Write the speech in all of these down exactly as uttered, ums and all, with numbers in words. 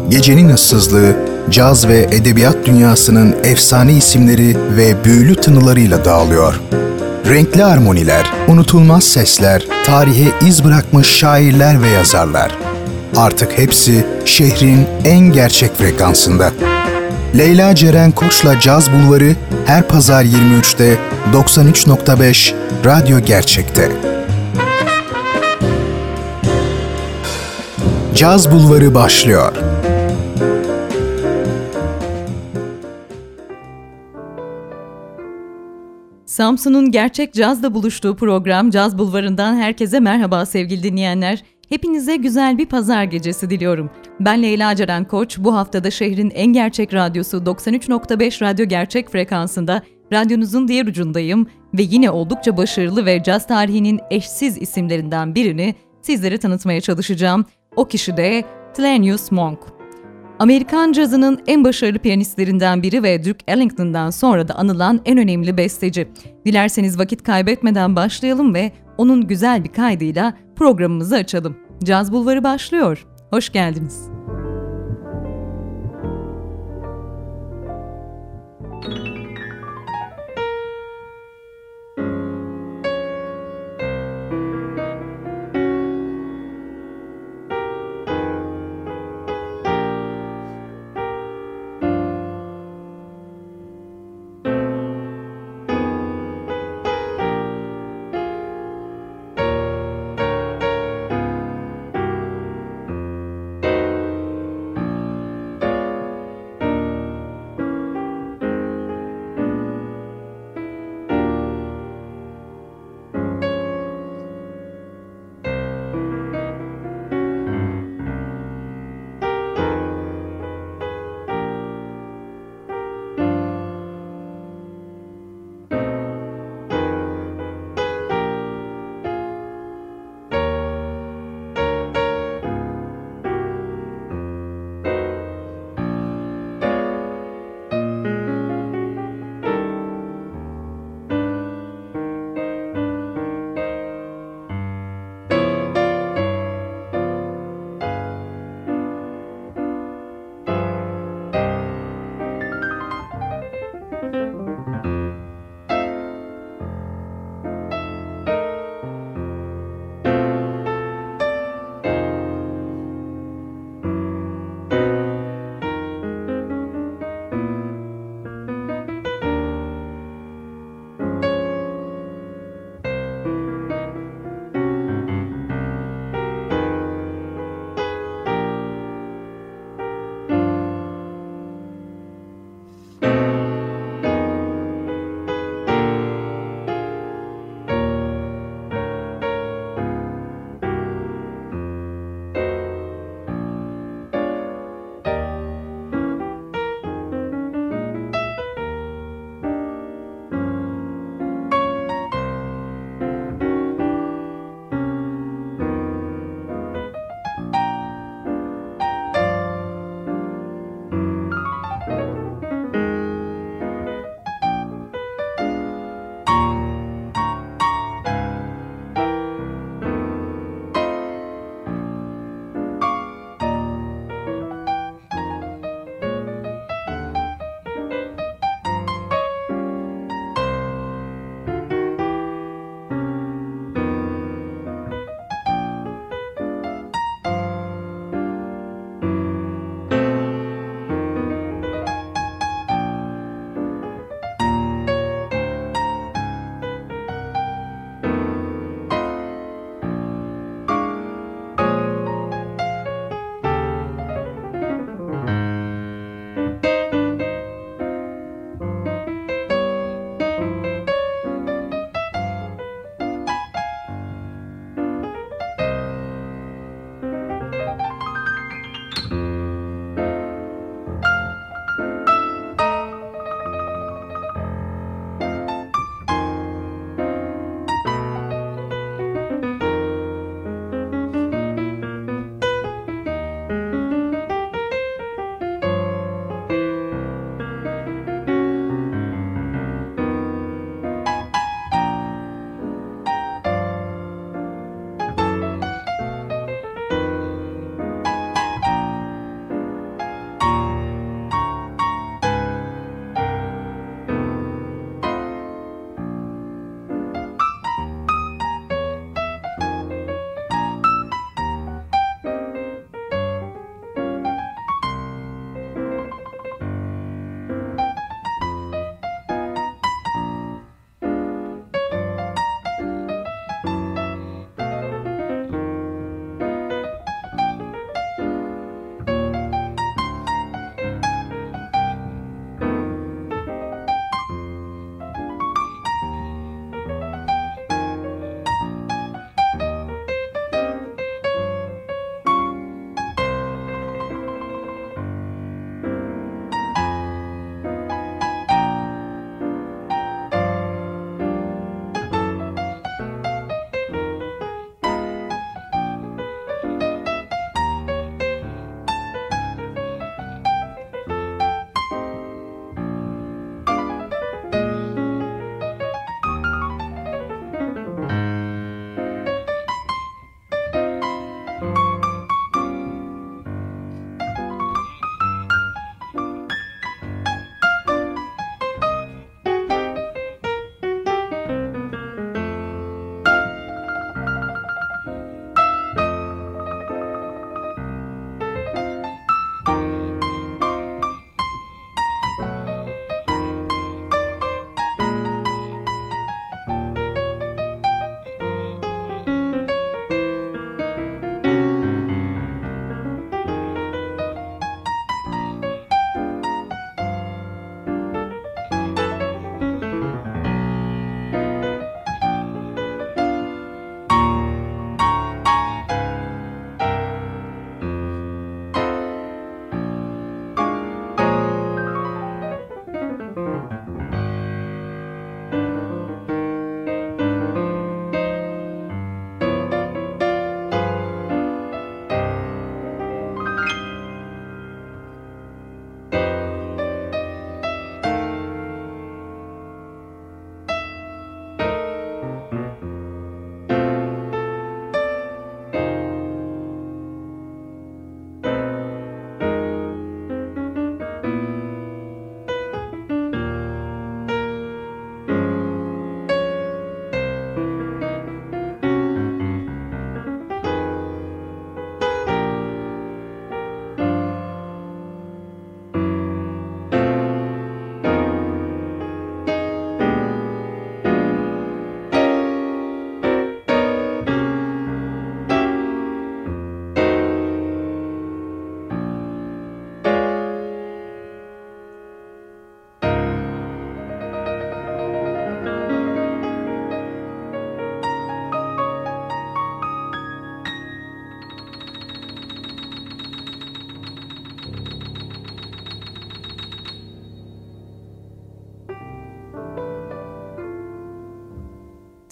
gecenin ıssızlığı, caz ve edebiyat dünyasının efsane isimleri ve büyülü tınılarıyla dağılıyor. Renkli armoniler, unutulmaz sesler, tarihe iz bırakmış şairler ve yazarlar. Artık hepsi şehrin en gerçek frekansında. Leyla Ceren Koç'la Caz Bulvarı her pazar yirmi üçte doksan üç nokta beş Radyo Gerçek'te. Caz Bulvarı başlıyor. Samsun'un gerçek cazla buluştuğu program Caz Bulvarı'ndan herkese merhaba sevgili dinleyenler. Hepinize güzel bir pazar gecesi diliyorum. Ben Leyla Ceren Koç, bu haftada şehrin en gerçek radyosu doksan üç nokta beş Radyo Gerçek frekansında radyonuzun diğer ucundayım ve yine oldukça başarılı ve caz tarihinin eşsiz isimlerinden birini sizlere tanıtmaya çalışacağım. O kişi de Thelonious Monk. Amerikan cazının en başarılı piyanistlerinden biri ve Duke Ellington'dan sonra da anılan en önemli besteci. Dilerseniz vakit kaybetmeden başlayalım ve onun güzel bir kaydıyla programımızı açalım. Caz Bulvarı başlıyor. Hoş geldiniz.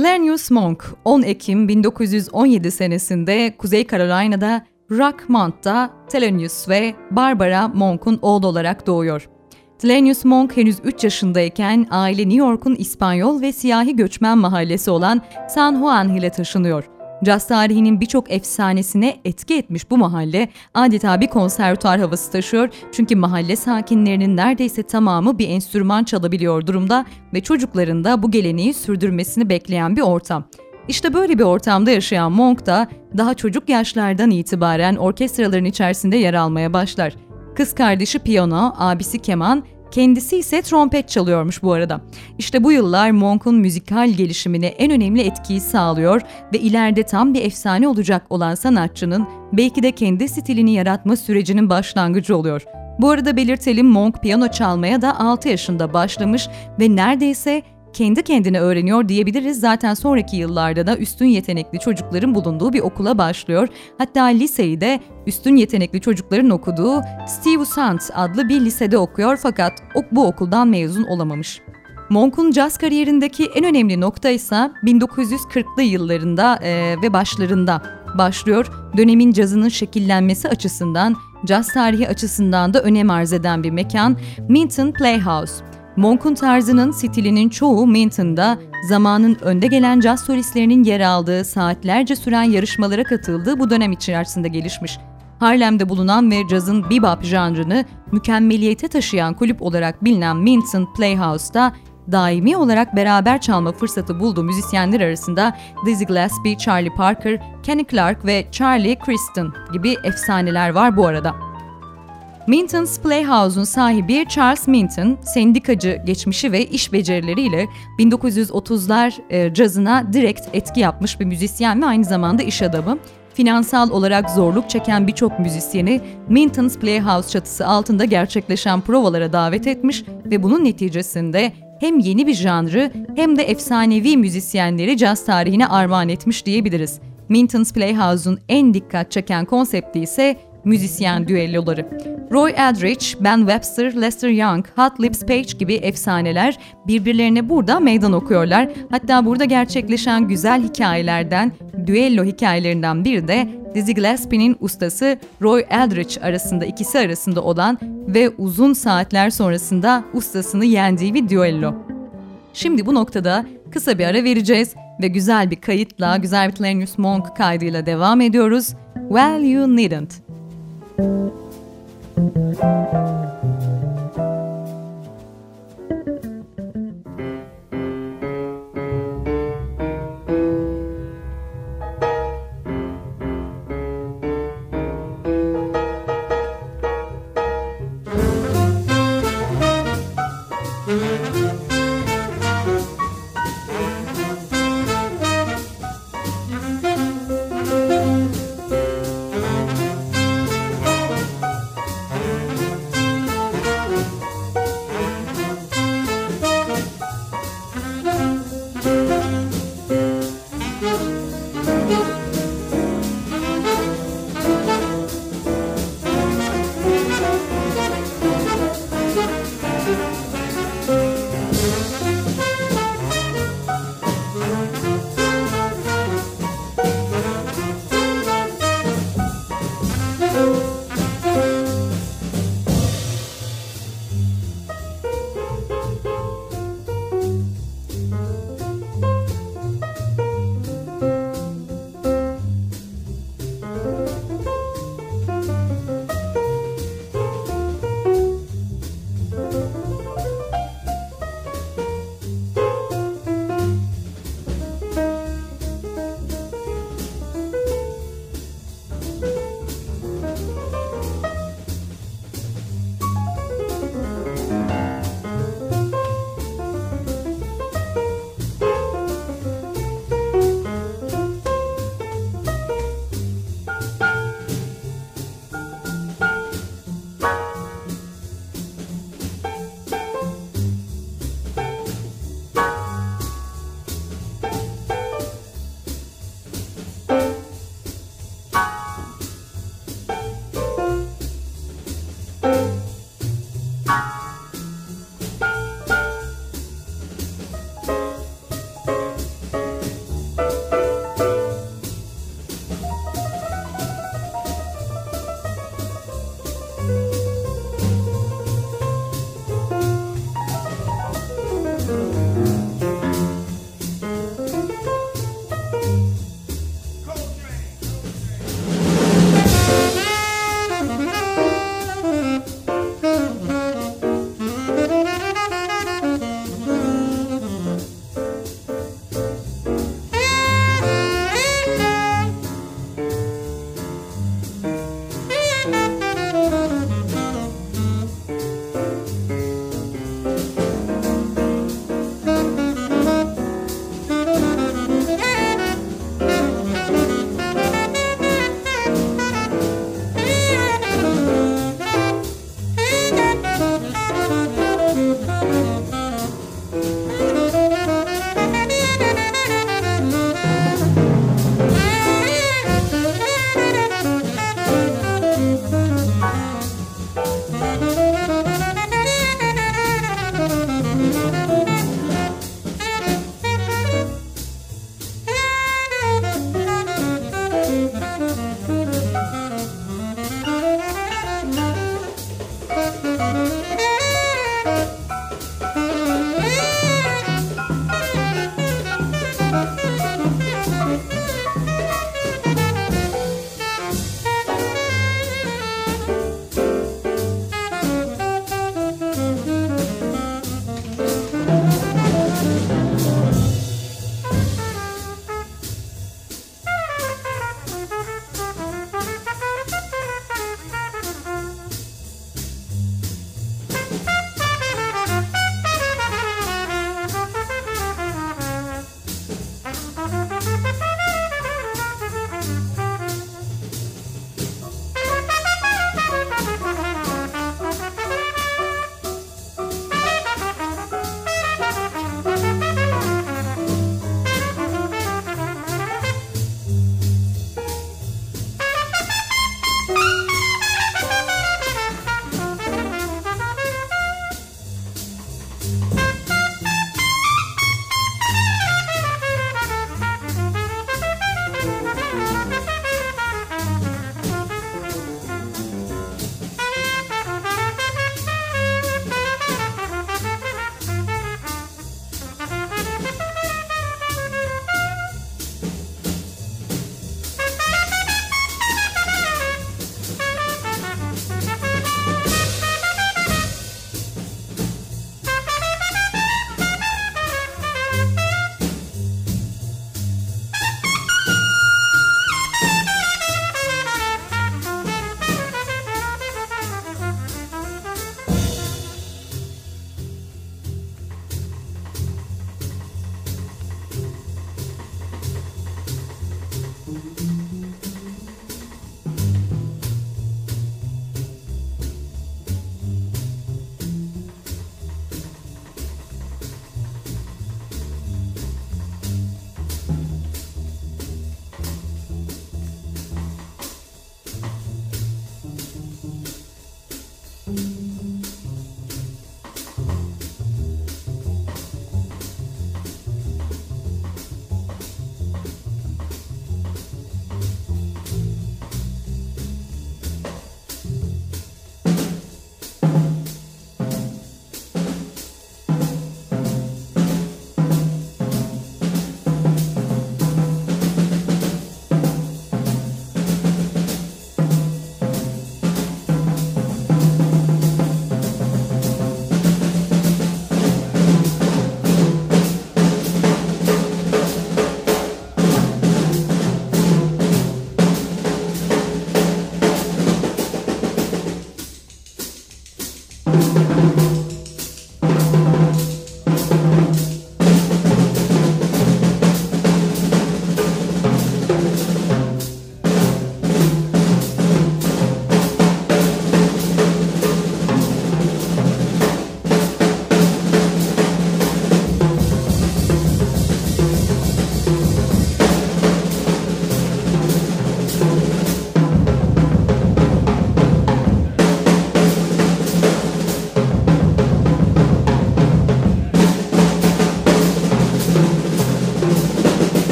Thelonious Monk on Ekim bin dokuz yüz on yedi senesinde Kuzey Carolina'da Rockmont'ta Thelonious ve Barbara Monk'un oğlu olarak doğuyor. Thelonious Monk henüz üç yaşındayken aile New York'un İspanyol ve siyahi göçmen mahallesi olan San Juan Hill'e taşınıyor. Caz tarihinin birçok efsanesine etki etmiş bu mahalle adeta bir konservatuar havası taşıyor çünkü mahalle sakinlerinin neredeyse tamamı bir enstrüman çalabiliyor durumda ve çocukların da bu geleneği sürdürmesini bekleyen bir ortam. İşte böyle bir ortamda yaşayan Monk da daha çocuk yaşlardan itibaren orkestraların içerisinde yer almaya başlar. Kız kardeşi piyano, abisi keman, kendisi ise trompet çalıyormuş bu arada. İşte bu yıllar Monk'un müzikal gelişimine en önemli etkiyi sağlıyor ve ileride tam bir efsane olacak olan sanatçının belki de kendi stilini yaratma sürecinin başlangıcı oluyor. Bu arada belirtelim, Monk piyano çalmaya da altı yaşında başlamış ve neredeyse kendi kendine öğreniyor diyebiliriz. Zaten sonraki yıllarda da üstün yetenekli çocukların bulunduğu bir okula başlıyor. Hatta liseyi de üstün yetenekli çocukların okuduğu Stuyvesant adlı bir lisede okuyor fakat bu okuldan mezun olamamış. Monk'un caz kariyerindeki en önemli nokta ise bin dokuz yüz kırklı yıllarında e, ve başlarında başlıyor. Dönemin cazının şekillenmesi açısından, caz tarihi açısından da önem arz eden bir mekan Minton Playhouse. Monk'un tarzının, stilinin çoğu Minton'da zamanın önde gelen caz solistlerinin yer aldığı, saatlerce süren yarışmalara katıldığı bu dönem içerisinde gelişmiş. Harlem'de bulunan ve cazın bebop janrını mükemmeliyete taşıyan kulüp olarak bilinen Minton Playhouse'da daimi olarak beraber çalma fırsatı bulduğu müzisyenler arasında Dizzy Gillespie, Charlie Parker, Kenny Clarke ve Charlie Christian gibi efsaneler var bu arada. Minton's Playhouse'un sahibi Charles Minton, sendikacı geçmişi ve iş becerileriyle bin dokuz yüz otuzlar e, cazına direkt etki yapmış bir müzisyen ve aynı zamanda iş adamı. Finansal olarak zorluk çeken birçok müzisyeni Minton's Playhouse çatısı altında gerçekleşen provalara davet etmiş ve bunun neticesinde hem yeni bir janrı hem de efsanevi müzisyenleri caz tarihine armağan etmiş diyebiliriz. Minton's Playhouse'un en dikkat çeken konsepti ise müzisyen düelloları. Roy Eldridge, Ben Webster, Lester Young, Hot Lips Page gibi efsaneler birbirlerine burada meydan okuyorlar. Hatta burada gerçekleşen güzel hikayelerden, düello hikayelerinden biri de Dizzy Gillespie'nin ustası Roy Eldridge arasında ikisi arasında olan ve uzun saatler sonrasında ustasını yendiği bir düello. Şimdi bu noktada kısa bir ara vereceğiz ve güzel bir kayıtla, güzel bir Thelonious Monk kaydıyla devam ediyoruz. Well, You Needn't.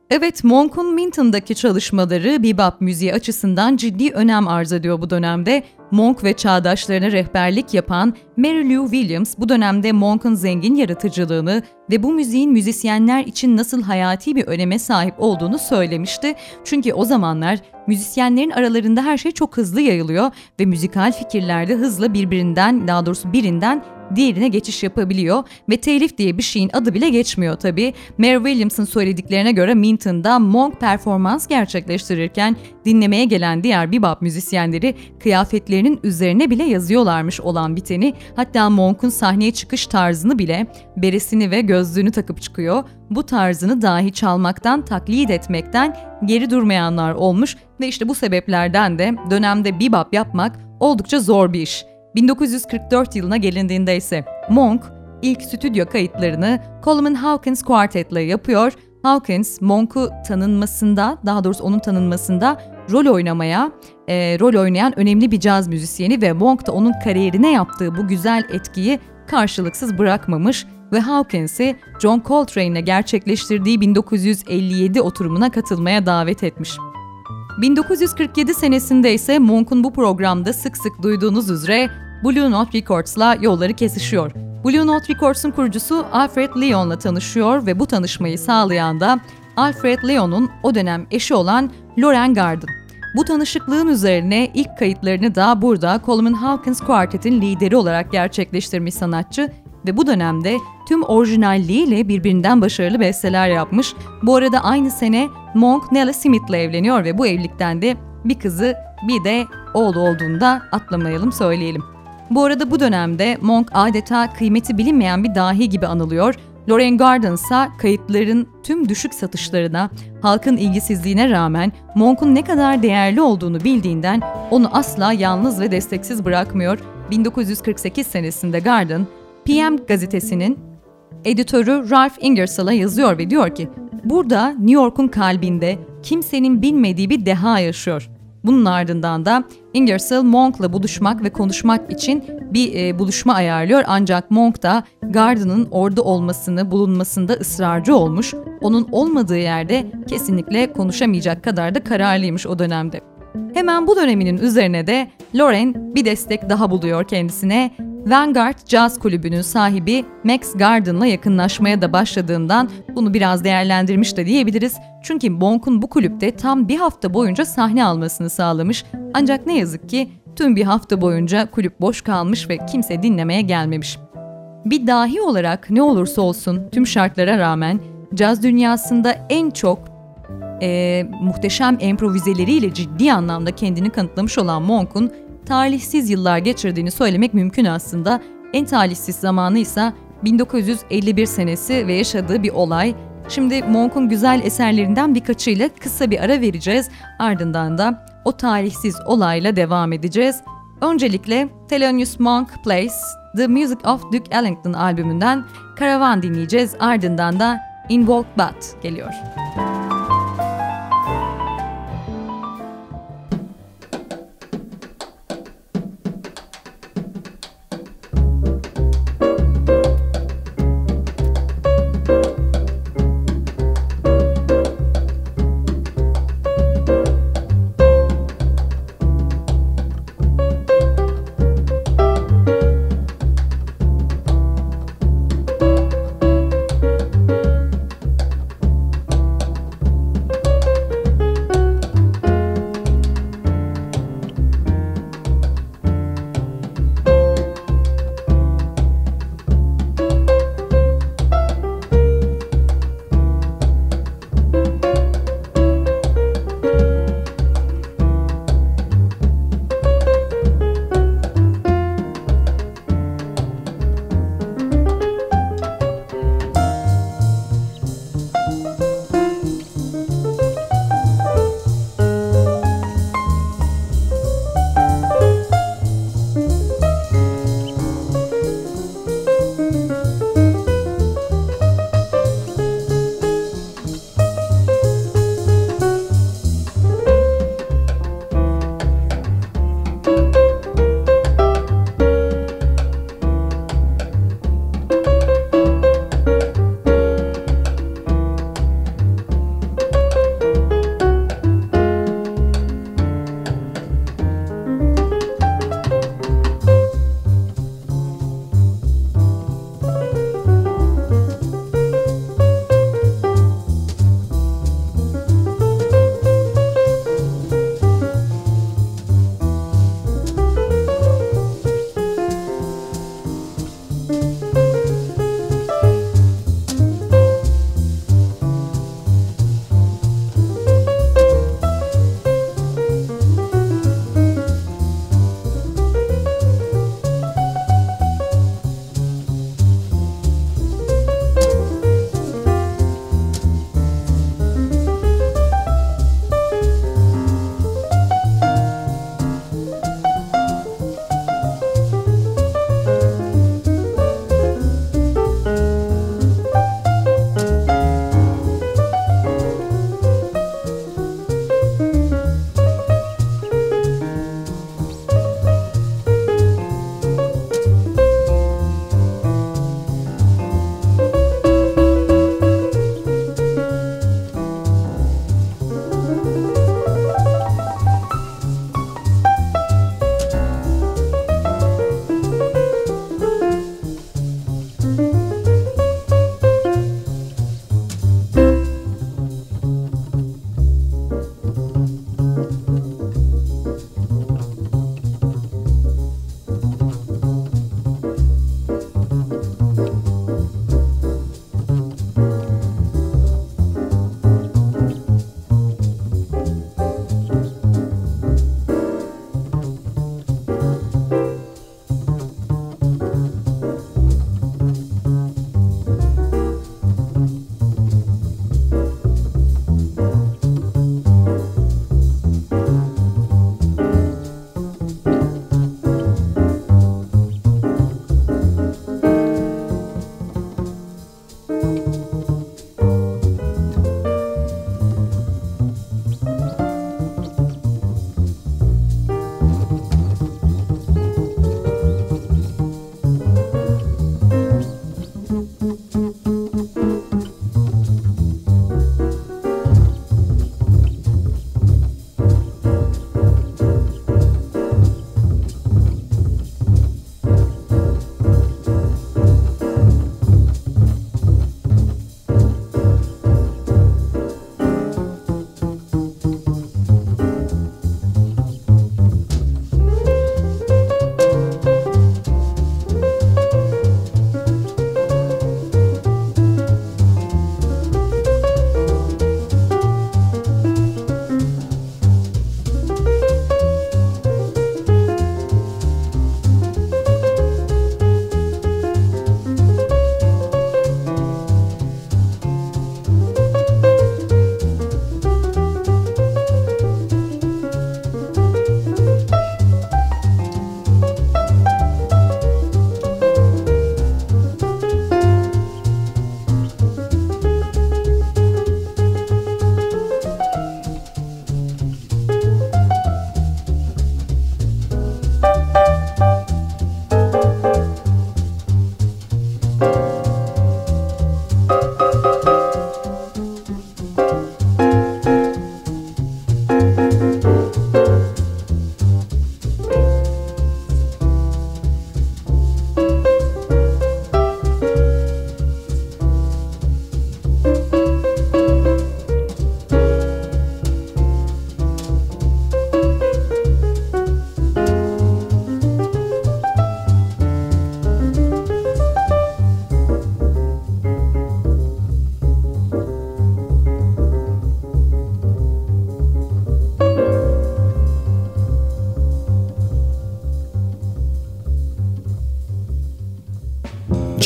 Evet, Monk'un Minton'daki çalışmaları bebop müziği açısından ciddi önem arz ediyor bu dönemde. Monk ve çağdaşlarına rehberlik yapan Mary Lou Williams bu dönemde Monk'un zengin yaratıcılığını ve bu müziğin müzisyenler için nasıl hayati bir öneme sahip olduğunu söylemişti. Çünkü o zamanlar müzisyenlerin aralarında her şey çok hızlı yayılıyor ve müzikal fikirler de hızla birbirinden, daha doğrusu birinden diğerine geçiş yapabiliyor ve telif diye bir şeyin adı bile geçmiyor tabii. Mary Williams'ın söylediklerine göre Minton'da Monk performans gerçekleştirirken dinlemeye gelen diğer bebop müzisyenleri kıyafetlerinin üzerine bile yazıyorlarmış olan biteni. Hatta Monk'un sahneye çıkış tarzını bile, beresini ve gözlüğünü takıp çıkıyor. Bu tarzını dahi çalmaktan, taklit etmekten geri durmayanlar olmuş ve işte bu sebeplerden de dönemde bebop yapmak oldukça zor bir iş. bin dokuz yüz kırk dört yılına gelindiğinde ise Monk ilk stüdyo kayıtlarını Coleman Hawkins Quartet'le yapıyor. Hawkins, Monk'u tanınmasında, daha doğrusu onun tanınmasında rol oynamaya, e, rol oynayan önemli bir caz müzisyeni ve Monk da onun kariyerine yaptığı bu güzel etkiyi karşılıksız bırakmamış ve Hawkins'i John Coltrane'le gerçekleştirdiği bin dokuz yüz elli yedi oturumuna katılmaya davet etmiş. bin dokuz yüz kırk yedi senesinde ise Monk'un bu programda sık sık duyduğunuz üzere Blue Note Records'la yolları kesişiyor. Blue Note Records'un kurucusu Alfred Leon'la tanışıyor ve bu tanışmayı sağlayan da Alfred Leon'un o dönem eşi olan Lauren Garden. Bu tanışıklığın üzerine ilk kayıtlarını da burada Coleman Hawkins Quartet'in lideri olarak gerçekleştirmiş sanatçı ve bu dönemde tüm orijinalliğiyle birbirinden başarılı besteler yapmış. Bu arada aynı sene Monk Nella Smith'le evleniyor ve bu evlilikten de bir kızı bir de oğlu olduğunu da atlamayalım, söyleyelim. Bu arada bu dönemde Monk adeta kıymeti bilinmeyen bir dahi gibi anılıyor. Lauren Garden ise kayıtların tüm düşük satışlarına, halkın ilgisizliğine rağmen Monk'un ne kadar değerli olduğunu bildiğinden onu asla yalnız ve desteksiz bırakmıyor. bin dokuz yüz kırk sekiz senesinde Garden, P M gazetesinin editörü Ralph Ingersoll'a yazıyor ve diyor ki, "Burada New York'un kalbinde kimsenin bilmediği bir deha yaşıyor." Bunun ardından da Ingersoll Monk'la buluşmak ve konuşmak için bir e, buluşma ayarlıyor. Ancak Monk da Garden'ın orada olmasını, bulunmasında ısrarcı olmuş. Onun olmadığı yerde kesinlikle konuşamayacak kadar da kararlıymış o dönemde. Hemen bu döneminin üzerine de Lauren bir destek daha buluyor kendisine. Vanguard Jazz Kulübü'nün sahibi Max Garden'la yakınlaşmaya da başladığından bunu biraz değerlendirmiş de diyebiliriz. Çünkü Monk'un bu kulüpte tam bir hafta boyunca sahne almasını sağlamış. Ancak ne yazık ki tüm bir hafta boyunca kulüp boş kalmış ve kimse dinlemeye gelmemiş. Bir dahi olarak ne olursa olsun tüm şartlara rağmen caz dünyasında en çok e, muhteşem improvizeleriyle ciddi anlamda kendini kanıtlamış olan Monk'un talihsiz yıllar geçirdiğini söylemek mümkün aslında. En talihsiz zamanı ise bin dokuz yüz elli bir senesi ve yaşadığı bir olay. Şimdi Monk'un güzel eserlerinden birkaçıyla kısa bir ara vereceğiz. Ardından da o talihsiz olayla devam edeceğiz. Öncelikle Thelonious Monk Plays The Music of Duke Ellington albümünden Karavan dinleyeceğiz. Ardından da In Walked But geliyor.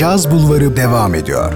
Caz Bulvarı devam ediyor.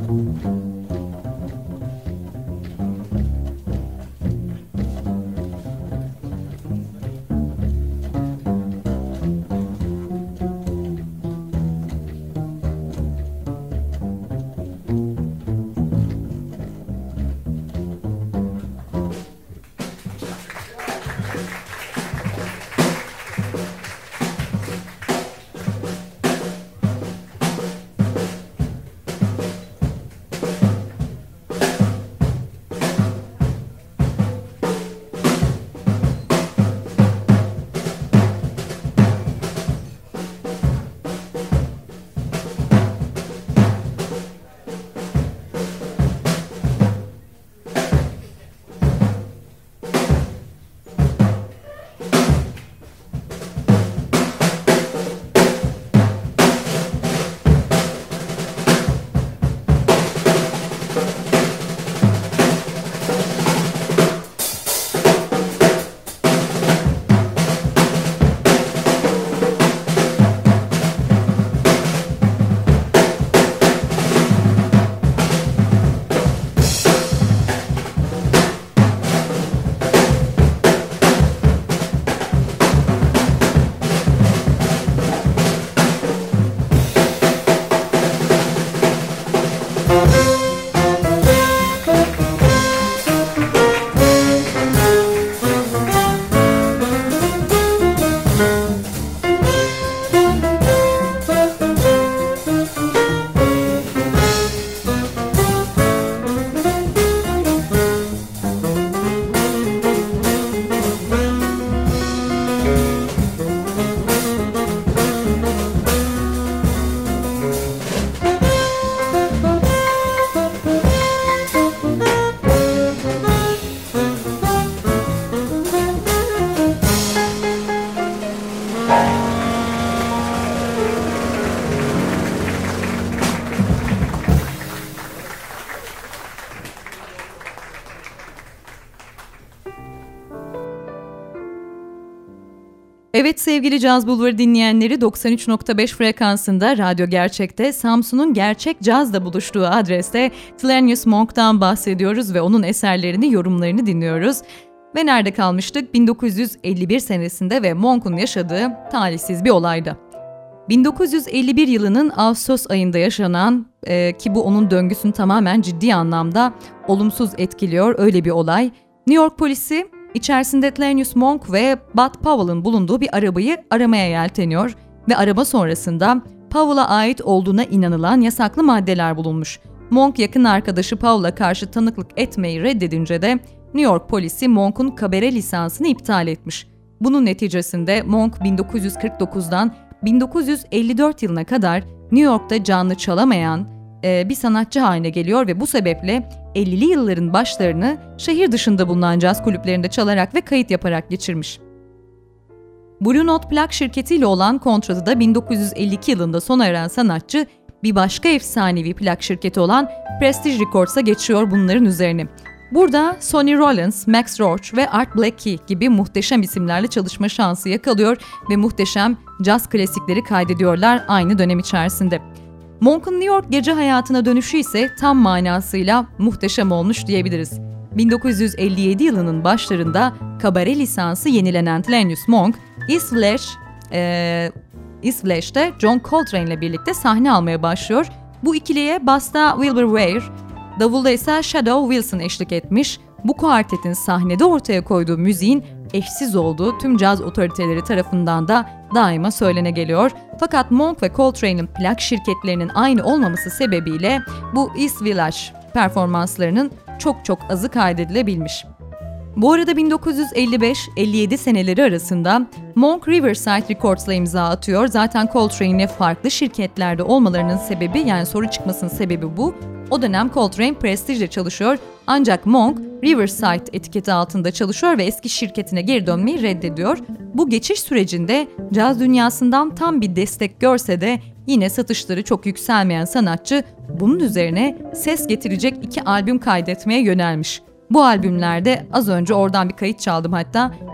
Evet sevgili Caz Bulvarı dinleyenleri, doksan üç nokta beş frekansında Radyo Gerçek'te Samsun'un gerçek cazla buluştuğu adreste Thelonious Monk'tan bahsediyoruz ve onun eserlerini, yorumlarını dinliyoruz. Ve nerede kalmıştık? bin dokuz yüz elli bir senesinde ve Monk'un yaşadığı talihsiz bir olayda. bin dokuz yüz elli bir yılının Ağustos ayında yaşanan e, ki bu onun döngüsünü tamamen ciddi anlamda olumsuz etkiliyor öyle bir olay. New York polisi içerisinde Thelonious Monk ve Bud Powell'ın bulunduğu bir arabayı aramaya yelteniyor ve arama sonrasında Powell'a ait olduğuna inanılan yasaklı maddeler bulunmuş. Monk yakın arkadaşı Powell'a karşı tanıklık etmeyi reddedince de New York polisi Monk'un kabare lisansını iptal etmiş. Bunun neticesinde Monk bin dokuz yüz kırk dokuzdan bin dokuz yüz elli dört yılına kadar New York'ta canlı çalamayan e, bir sanatçı haline geliyor ve bu sebeple ellili yılların başlarını şehir dışında bulunan caz kulüplerinde çalarak ve kayıt yaparak geçirmiş. Blue Note plak şirketiyle olan kontratı da bin dokuz yüz elli iki yılında sona eren sanatçı bir başka efsanevi plak şirketi olan Prestige Records'a geçiyor bunların üzerine. Burada Sonny Rollins, Max Roach ve Art Blakey gibi muhteşem isimlerle çalışma şansı yakalıyor ve muhteşem caz klasikleri kaydediyorlar aynı dönem içerisinde. Monk'un New York gece hayatına dönüşü ise tam manasıyla muhteşem olmuş diyebiliriz. bin dokuz yüz elli yedi yılının başlarında kabare lisansı yenilenen Thelonious Monk, East Village, e, East Village'de John Coltrane ile birlikte sahne almaya başlıyor. Bu ikiliye basta Wilbur Ware, davulda ise Shadow Wilson eşlik etmiş. Bu kuartetin sahnede ortaya koyduğu müziğin eşsiz olduğu tüm caz otoriteleri tarafından da daima söylene geliyor. Fakat Monk ve Coltrane'in plak şirketlerinin aynı olmaması sebebiyle bu East Village performanslarının çok çok azı kaydedilebilmiş. Bu arada bin dokuz yüz elli beş elli yedi seneleri arasında Monk Riverside Records'la imza atıyor. Zaten Coltrane'le farklı şirketlerde olmalarının sebebi, yani soru çıkmasının sebebi bu. O dönem Coltrane Prestige'de çalışıyor ancak Monk Riverside etiketi altında çalışıyor ve eski şirketine geri dönmeyi reddediyor. Bu geçiş sürecinde caz dünyasından tam bir destek görse de yine satışları çok yükselmeyen sanatçı bunun üzerine ses getirecek iki albüm kaydetmeye yönelmiş. Bu albümlerde az önce oradan bir kayıt çaldım hatta.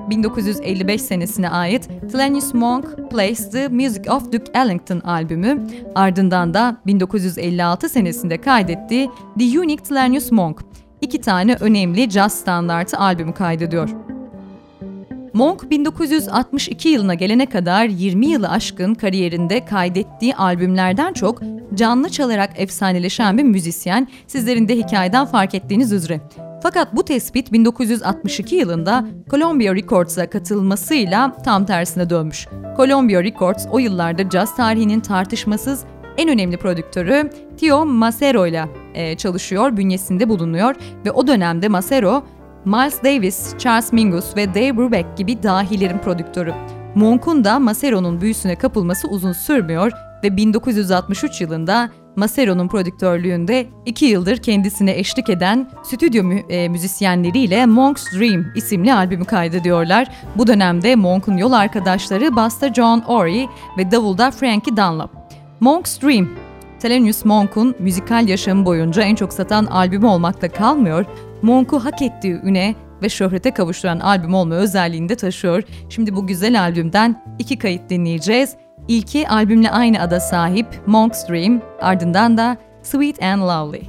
bin dokuz yüz elli beş senesine ait Thelonious Monk Plays the Music of Duke Ellington albümü, ardından da bin dokuz yüz elli altı senesinde kaydettiği The Unique Thelonious Monk, iki tane önemli caz standartı albümü kaydediyor. Monk bin dokuz yüz altmış iki yılına gelene kadar yirmi yılı aşkın kariyerinde kaydettiği albümlerden çok canlı çalarak efsaneleşen bir müzisyen, sizlerin de hikayeden fark ettiğiniz üzere. Fakat bu tespit bin dokuz yüz altmış iki yılında Columbia Records'a katılmasıyla tam tersine dönmüş. Columbia Records o yıllarda caz tarihinin tartışmasız en önemli prodüktörü Theo Macero ile çalışıyor, bünyesinde bulunuyor ve o dönemde Macero, Miles Davis, Charles Mingus ve Dave Brubeck gibi dahilerin prodüktörü. Monk'un da Macero'nun büyüsüne kapılması uzun sürmüyor ve bin dokuz yüz altmış üç yılında Macero'nun prodüktörlüğünde iki yıldır kendisine eşlik eden stüdyo mü- e, müzisyenleriyle Monk's Dream isimli albümü kaydediyorlar. Bu dönemde Monk'un yol arkadaşları basta John Ory ve davulda Frankie Dunlop. Monk's Dream, Thelonious Monk'un müzikal yaşamı boyunca en çok satan albümü olmakta kalmıyor, Monk'u hak ettiği üne ve şöhrete kavuşturan albüm olma özelliğini de taşıyor. Şimdi bu güzel albümden iki kayıt dinleyeceğiz. İlki albümle aynı ada sahip Monk's Dream, ardından da Sweet and Lovely.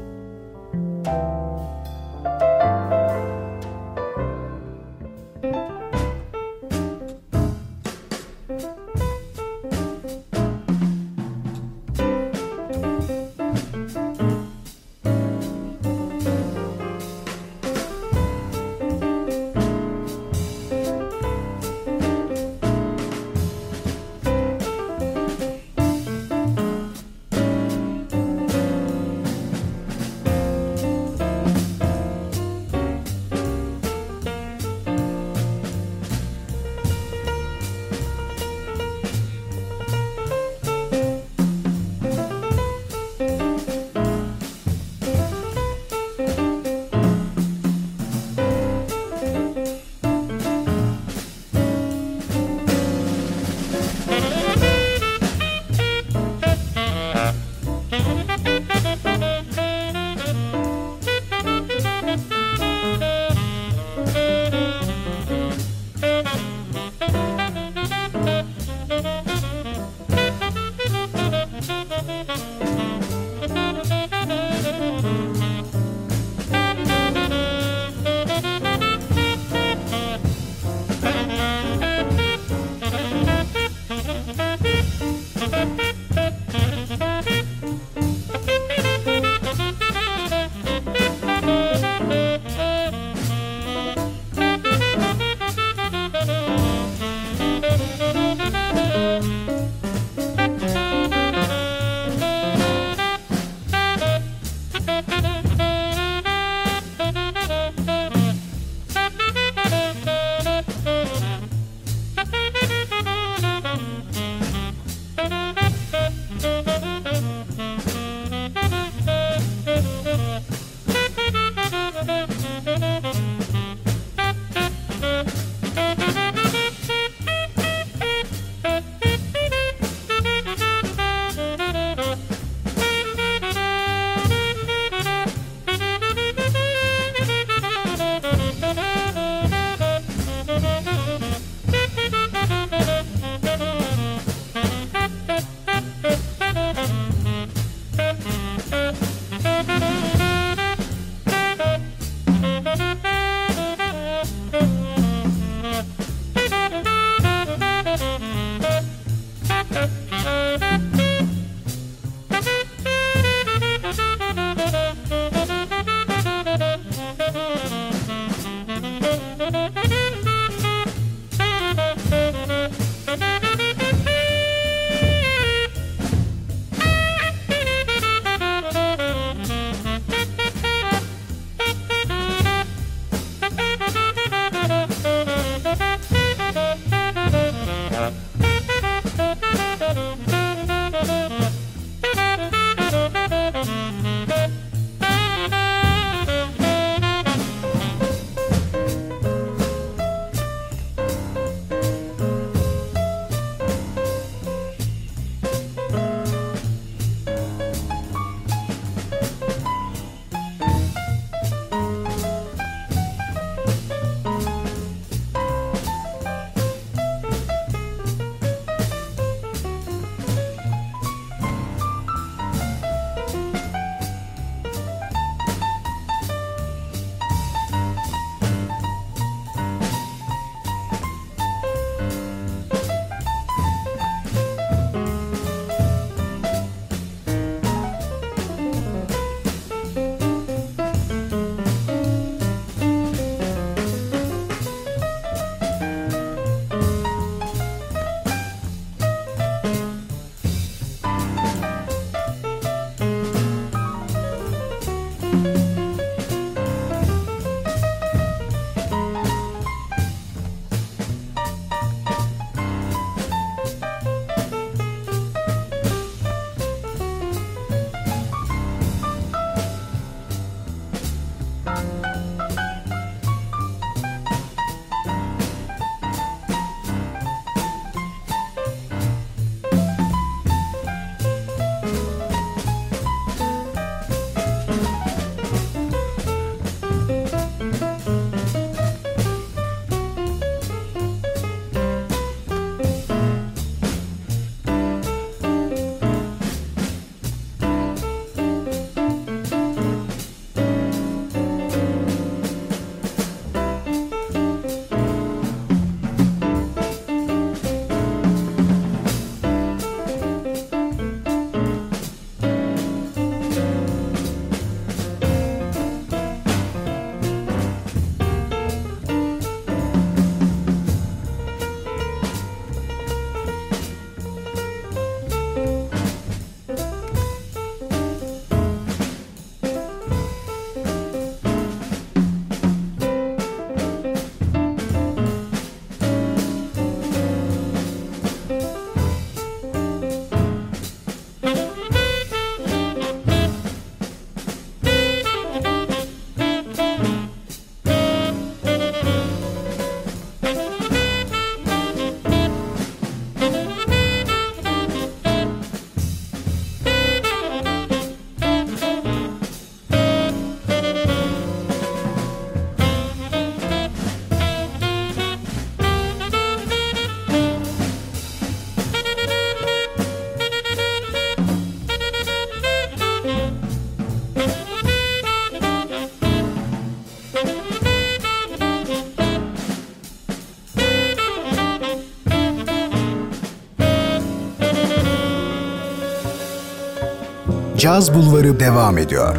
Caz Bulvarı devam ediyor.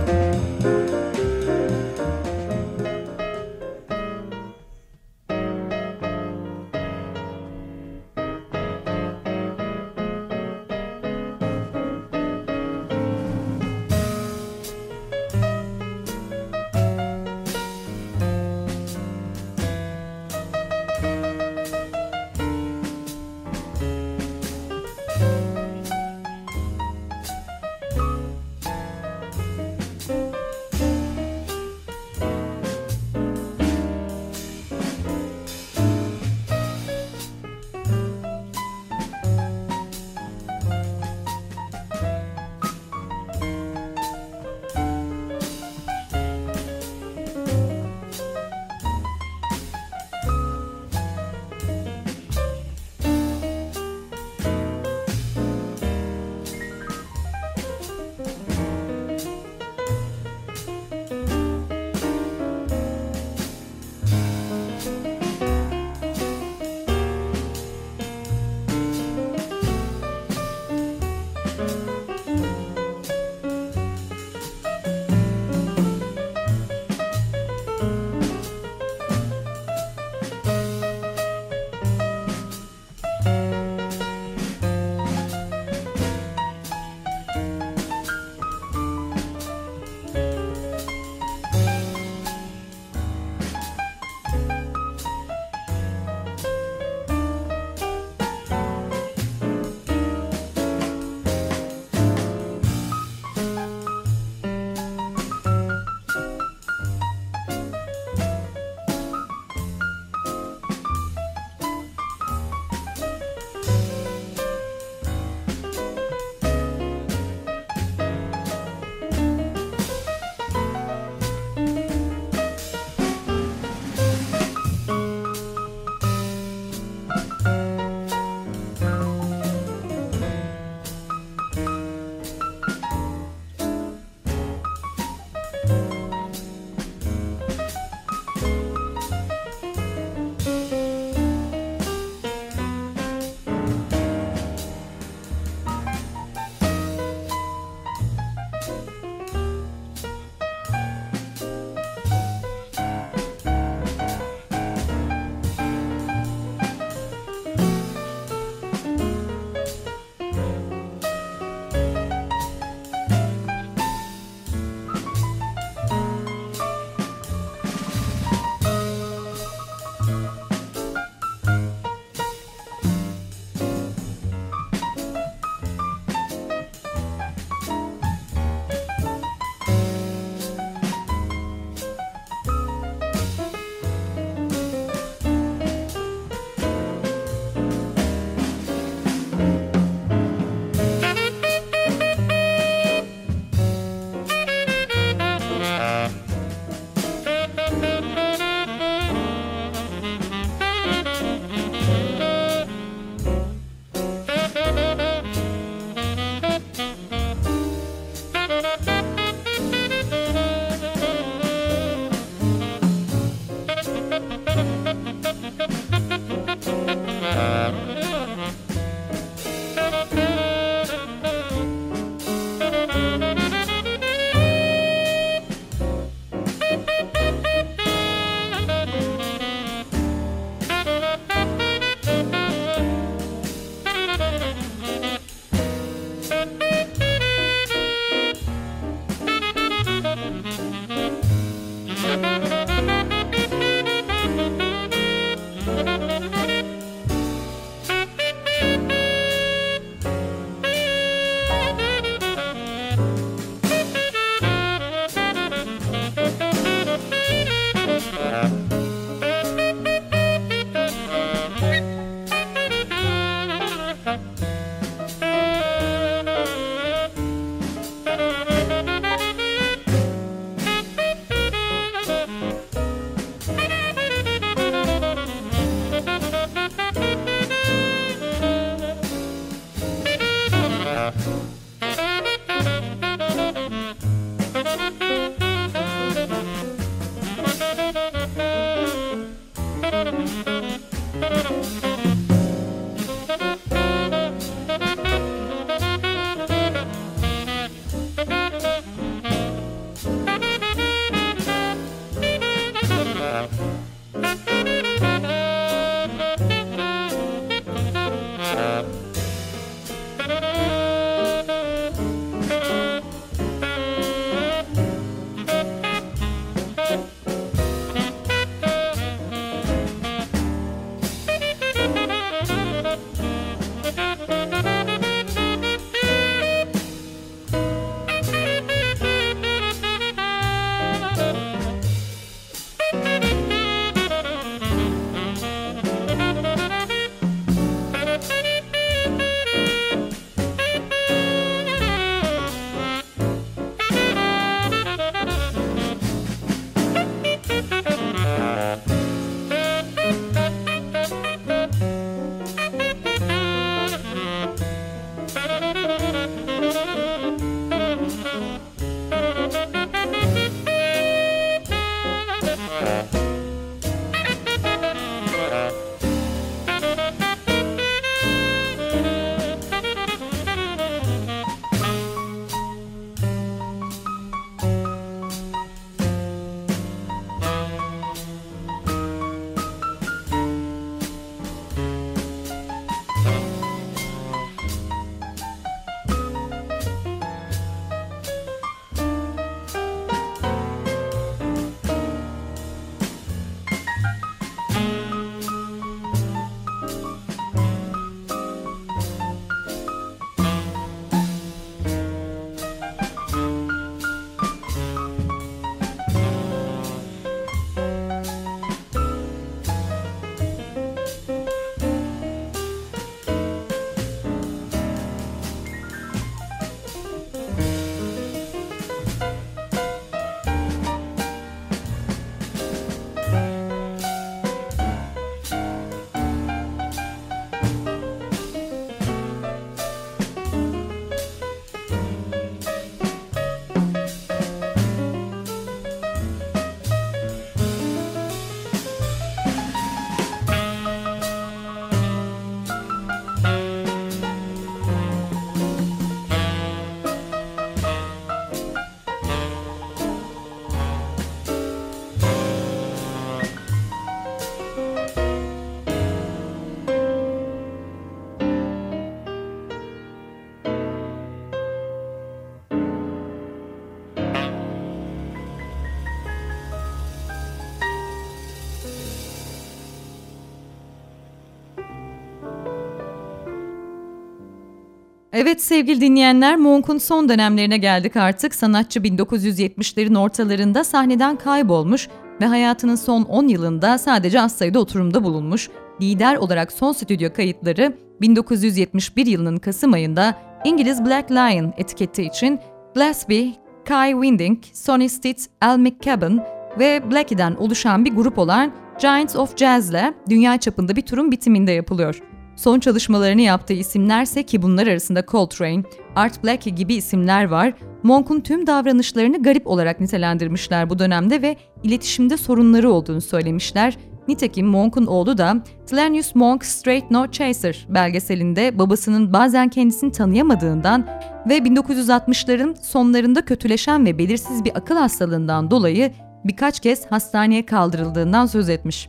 Evet sevgili dinleyenler, Monk'un son dönemlerine geldik artık. Sanatçı bin dokuz yüz yetmişlerin ortalarında sahneden kaybolmuş ve hayatının son on yılında sadece az sayıda oturumda bulunmuş. Lider olarak son stüdyo kayıtları bin dokuz yüz yetmiş bir yılının Kasım ayında İngiliz Black Lion etiketi için Gillespie, Kai Winding, Sonny Stitt, Al McCabe ve Blackie'den oluşan bir grup olan Giants of Jazz'le dünya çapında bir turun bitiminde yapılıyor. Son çalışmalarını yaptığı isimlerse, ki bunlar arasında Coltrane, Art Blakey gibi isimler var, Monk'un tüm davranışlarını garip olarak nitelendirmişler bu dönemde ve iletişimde sorunları olduğunu söylemişler. Nitekim Monk'un oğlu da Thelonious Monk Straight No Chaser belgeselinde babasının bazen kendisini tanıyamadığından ve bin dokuz yüz altmışların sonlarında kötüleşen ve belirsiz bir akıl hastalığından dolayı birkaç kez hastaneye kaldırıldığından söz etmiş.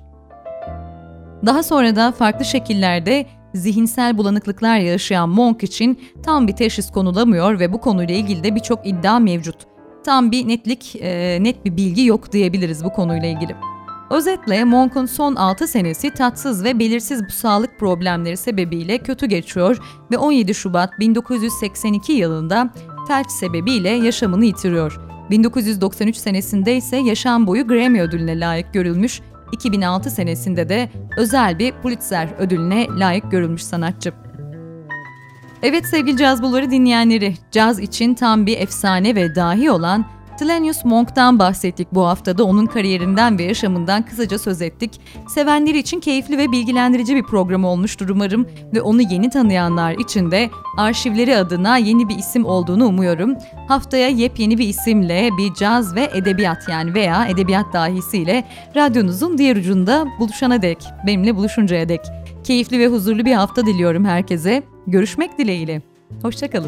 Daha sonra da farklı şekillerde zihinsel bulanıklıklar yaşayan Monk için tam bir teşhis konulamıyor ve bu konuyla ilgili de birçok iddia mevcut. Tam bir netlik, e, net bir bilgi yok diyebiliriz bu konuyla ilgili. Özetle Monk'un son altı senesi tatsız ve belirsiz bu sağlık problemleri sebebiyle kötü geçiyor ve on yedi Şubat bin dokuz yüz seksen iki yılında felç sebebiyle yaşamını yitiriyor. bin dokuz yüz doksan üç senesinde ise yaşam boyu Grammy ödülüne layık görülmüş, iki bin altı senesinde de özel bir Pulitzer ödülüne layık görülmüş sanatçı. Evet sevgili caz bulvarı dinleyenleri, caz için tam bir efsane ve dahi olan Thelonious Monk'tan bahsettik bu haftada. Onun kariyerinden ve yaşamından kısaca söz ettik. Sevenleri için keyifli ve bilgilendirici bir program olmuştur umarım ve onu yeni tanıyanlar için de arşivleri adına yeni bir isim olduğunu umuyorum. Haftaya yepyeni bir isimle, bir caz ve edebiyat yani veya edebiyat dahisiyle radyonuzun diğer ucunda buluşana dek, benimle buluşuncaya dek keyifli ve huzurlu bir hafta diliyorum herkese. Görüşmek dileğiyle. Hoşça kalın.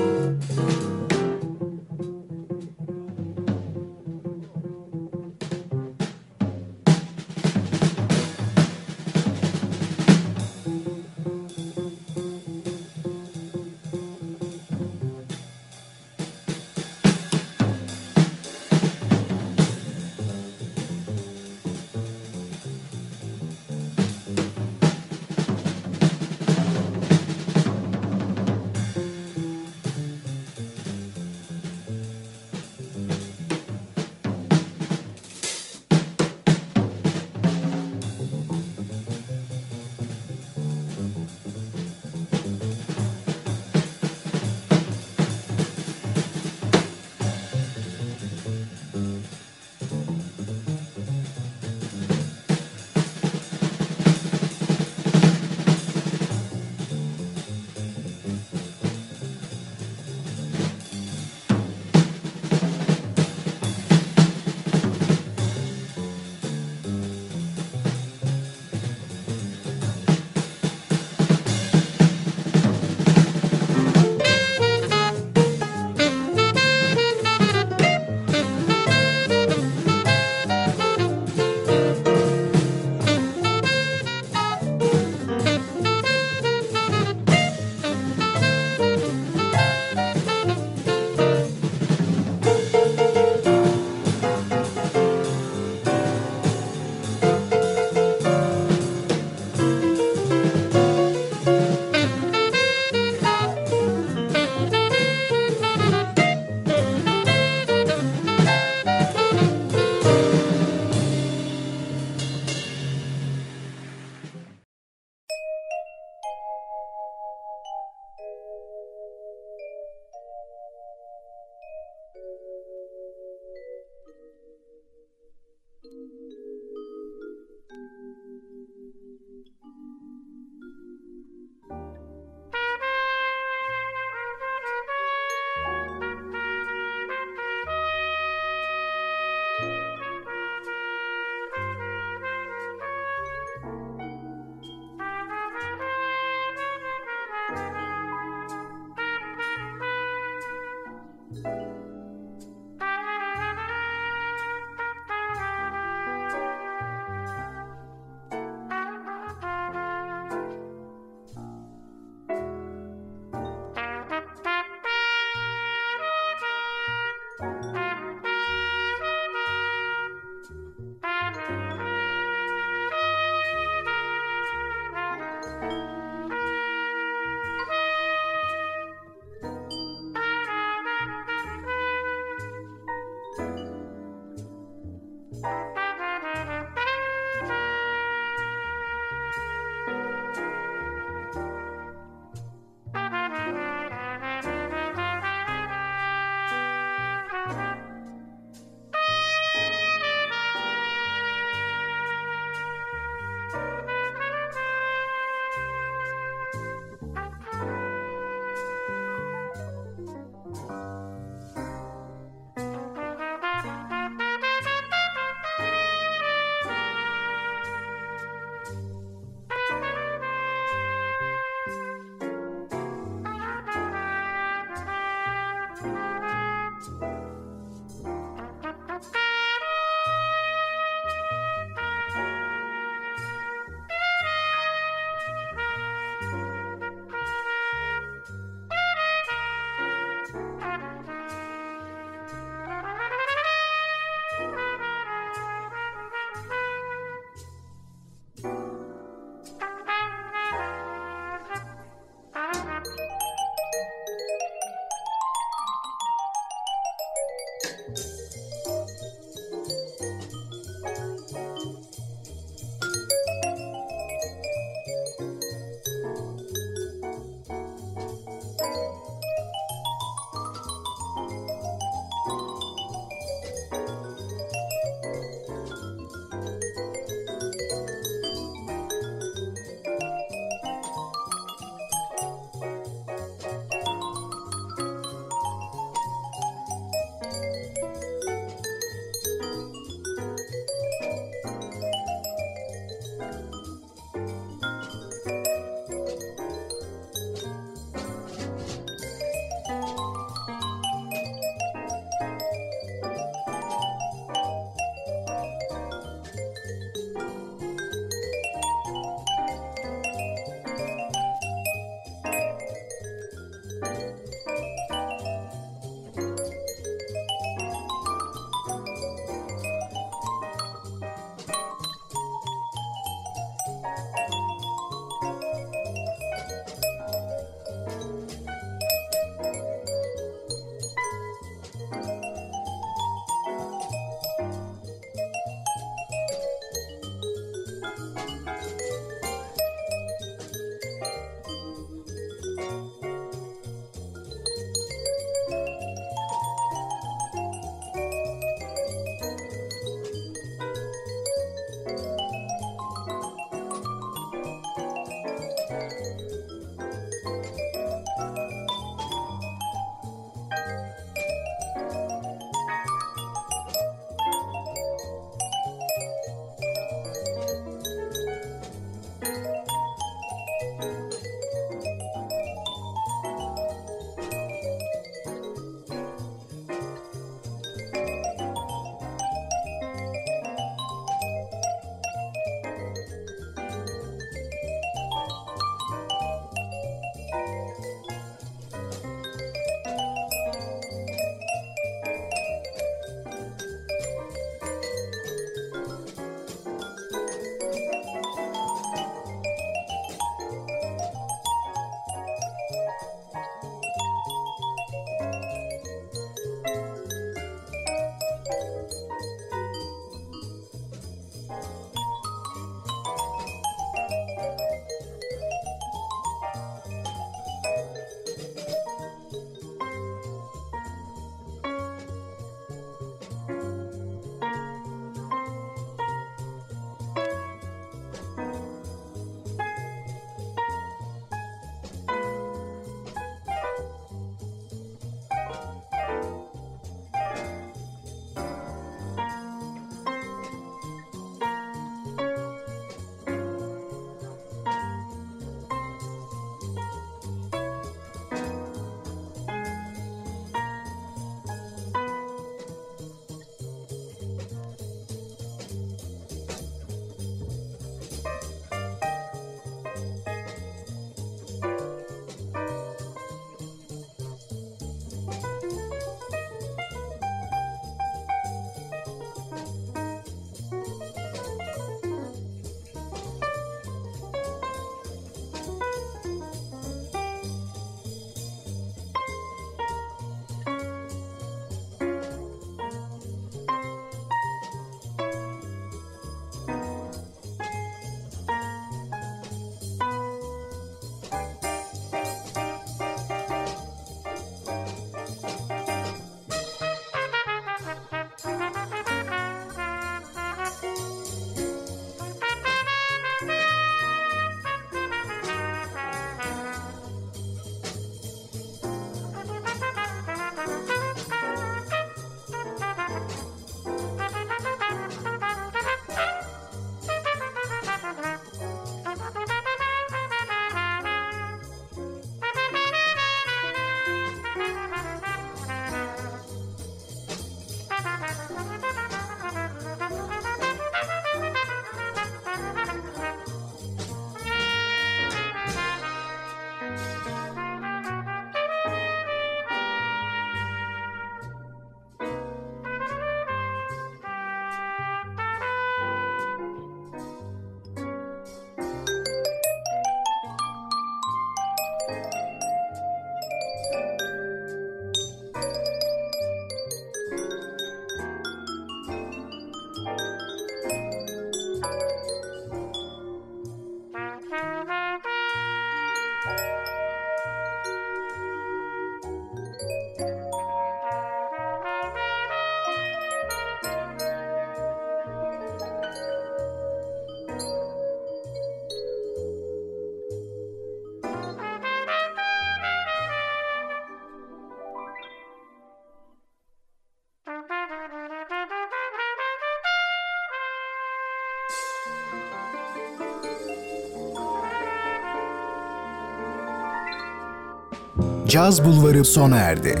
Caz Bulvarı sona erdi.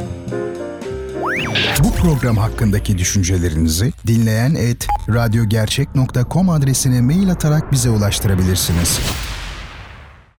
Bu program hakkındaki düşüncelerinizi dinleyen et radyogercek nokta com adresine mail atarak bize ulaştırabilirsiniz.